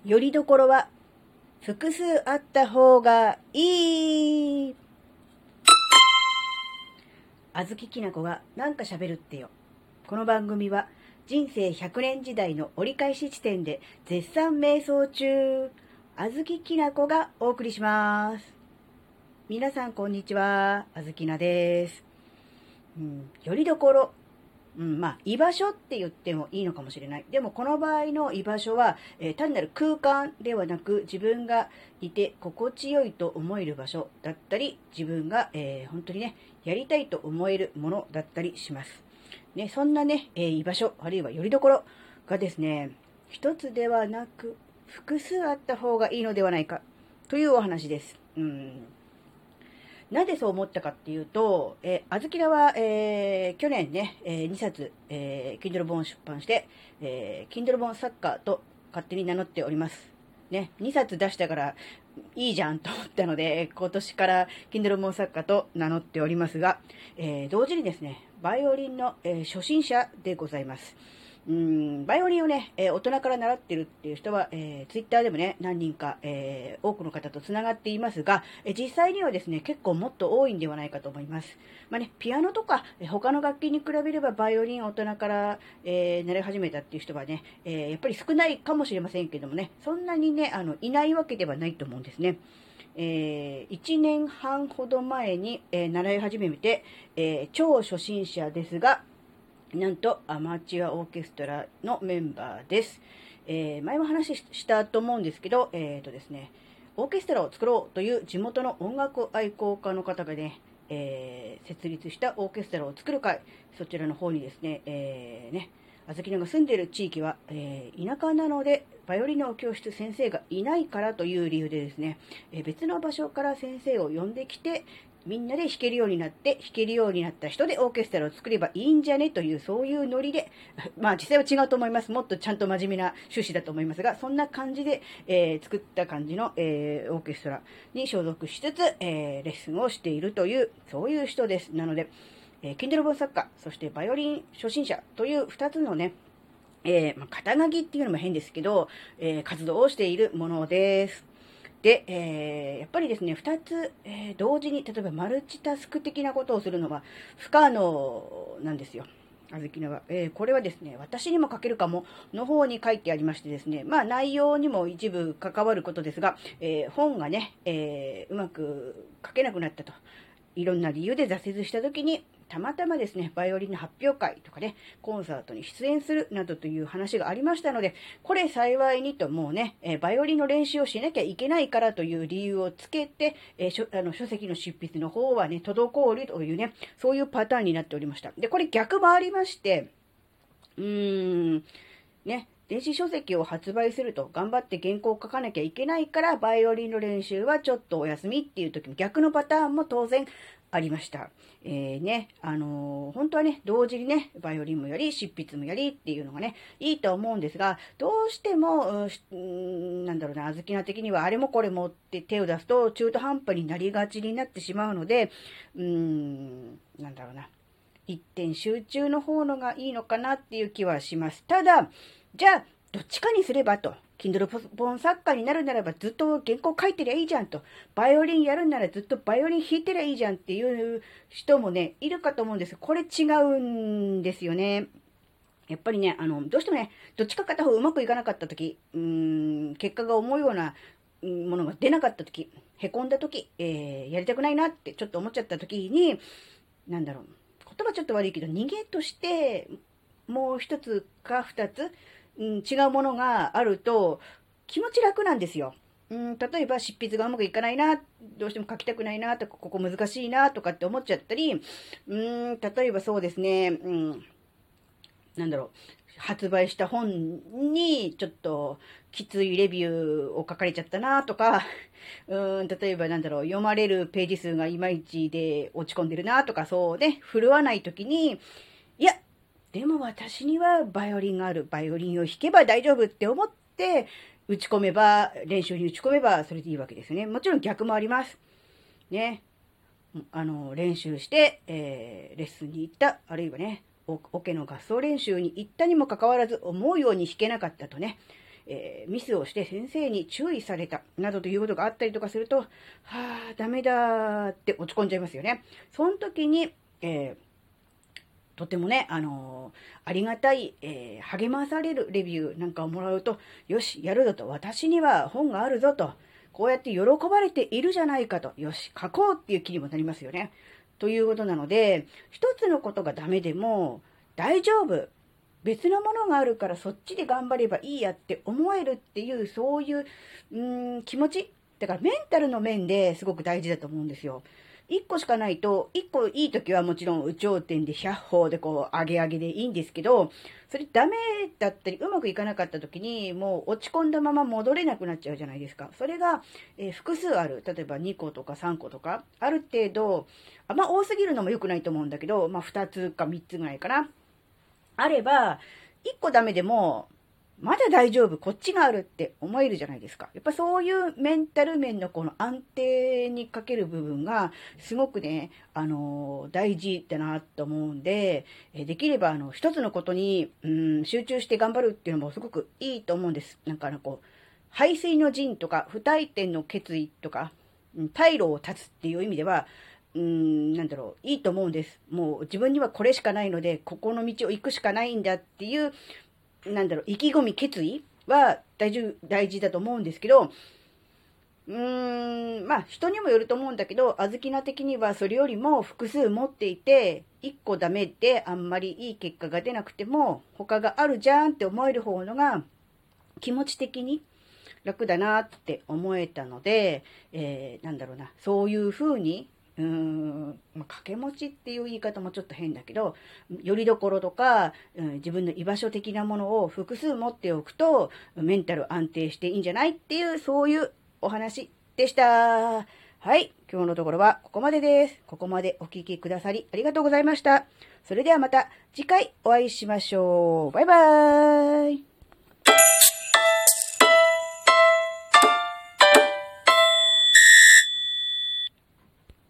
よりどころは複数あった方がいい。あずききなこがなんか喋るってよ。この番組は人生100年時代の折り返し地点で絶賛瞑想中、あずききなこがお送りします。皆さんこんにちは、あずきなです。よりどころ。居場所って言ってもいいのかもしれない。でもこの場合の居場所は、単なる空間ではなく、自分がいて心地よいと思える場所だったり、自分が、本当にね、やりたいと思えるものだったりします。ね、そんなね、居場所、あるいはよりどころがですね、一つではなく、複数あった方がいいのではないか、というお話です。なぜそう思ったかっていうと、あずきらは、去年ね、2冊、Kindle 本を出版して、Kindle 本作家と勝手に名乗っております。ね、2冊出したからいいじゃんと思ったので、今年から Kindle 本作家と名乗っておりますが、同時にですね、バイオリンの、初心者でございます。バイオリンをね、大人から習ってるっていう人は、ツイッターでもね、何人か、多くの方と繋がっていますが、実際にはですね、結構もっと多いんではないかと思います。ピアノとか、他の楽器に比べればバイオリンを大人から、習い始めたっていう人はね、やっぱり少ないかもしれませんけどもね、そんなにね、いないわけではないと思うんですね。1年半ほど前に、習い始めて、超初心者ですが、なんとアマチュアオーケストラのメンバーです。前も話したと思うんですけど、ですね、オーケストラを作ろうという地元の音楽愛好家の方がね、設立したオーケストラを作る会、そちらの方にですね、あずきのが住んでいる地域は、田舎なので、バイオリンの教室先生がいないからという理由でですね、別の場所から先生を呼んできて、みんなで弾けるようになって、弾けるようになった人でオーケストラを作ればいいんじゃねという、そういうノリで、実際は違うと思います。もっとちゃんと真面目な趣旨だと思いますが、そんな感じで、作った感じの、オーケストラに所属しつつ、レッスンをしているという、そういう人です。なので、Kindle 本作家、そしてバイオリン初心者という2つのね、肩書きっていうのも変ですけど、活動をしているものです。で、やっぱりですね、2つ、同時に、例えばマルチタスク的なことをするのは不可能なんですよ。あずきのは。これはですね、私にも書けるかもの方に書いてありましてですね、内容にも一部関わることですが、本がね、うまく書けなくなったと。いろんな理由で挫折した時に、たまたまですね、バイオリンの発表会とかね、コンサートに出演するなどという話がありましたので、これ幸いにともうね、バイオリンの練習をしなきゃいけないからという理由をつけて、書籍の執筆の方はね、滞るというね、そういうパターンになっておりました。で、これ逆もありまして、ね、電子書籍を発売すると頑張って原稿を書かなきゃいけないから、バイオリンの練習はちょっとお休みっていう時の逆のパターンも当然ありました。本当はね、同時にね、バイオリンもやり、執筆もやりっていうのがね、いいと思うんですが、どうしても、あずきな的にはあれもこれもって手を出すと中途半端になりがちになってしまうので、一点集中の方のがいいのかなっていう気はします。ただ、じゃあ、どっちかにすればと。Kindle 本作家になるならばずっと原稿書いてりゃいいじゃんと。バイオリンやるならずっとバイオリン弾いてりゃいいじゃんっていう人もね、いるかと思うんです。これ違うんですよね。やっぱりね、どうしてもね、どっちか片方うまくいかなかったとき、結果が思うようなものが出なかったとき、凹んだとき、やりたくないなってちょっと思っちゃったときに、言葉ちょっと悪いけど、逃げとして、もう一つか二つ、違うものがあると、気持ち楽なんですよ。例えば執筆がうまくいかないな、どうしても書きたくないな、とか、ここ難しいな、とかって思っちゃったり、例えばそうですね、発売した本にちょっときついレビューを書かれちゃったなとか、例えば読まれるページ数がいまいちで落ち込んでるなとか、そうね、振るわないときに、いや、でも私にはバイオリンがある。バイオリンを弾けば大丈夫って思って、練習に打ち込めばそれでいいわけですね。もちろん逆もあります。ね。練習して、レッスンに行った。あるいはね、オケの合奏練習に行ったにもかかわらず思うように弾けなかったとね、 ミスをして先生に注意されたなどということがあったりとかすると、ダメだって落ち込んじゃいますよね。その時に、とてもね、ありがたい、励まされるレビューなんかをもらうと、よし、やるぞと、私には本があるぞと、こうやって喜ばれているじゃないかと、よし、書こうっていう気にもなりますよね。ということなので、一つのことがダメでも大丈夫。別のものがあるからそっちで頑張ればいいやって思えるっていう、そういう、気持ち。だからメンタルの面ですごく大事だと思うんですよ。一個しかないと、一個いい時はもちろん有頂天で100歩でこう上げ上げでいいんですけど、それダメだったりうまくいかなかった時にもう落ち込んだまま戻れなくなっちゃうじゃないですか。それが、複数ある。例えば2個とか3個とか、ある程度、あんま多すぎるのも良くないと思うんだけど、2つか3つぐらいかな。あれば、1個ダメでも、まだ大丈夫、こっちがあるって思えるじゃないですか。やっぱそういうメンタル面のこの安定にかける部分が、すごくね、大事だなと思うんで、できれば一つのことに、集中して頑張るっていうのもすごくいいと思うんです。なんか背水の陣とか、不退転の決意とか、退路を断つっていう意味では、いいと思うんです。もう自分にはこれしかないので、ここの道を行くしかないんだっていう、意気込み、決意は大事だと思うんですけど、人にもよると思うんだけど、あずきな的にはそれよりも複数持っていて、1個ダメであんまりいい結果が出なくても、他があるじゃんって思える方のが、気持ち的に楽だなって思えたので、そういう風に、掛け持ちっていう言い方もちょっと変だけど、よりどころとか、自分の居場所的なものを複数持っておくと、メンタル安定していいんじゃないっていう、そういうお話でした。はい。今日のところはここまでです。ここまでお聞きくださりありがとうございました。それではまた次回お会いしましょう。バイバーイ。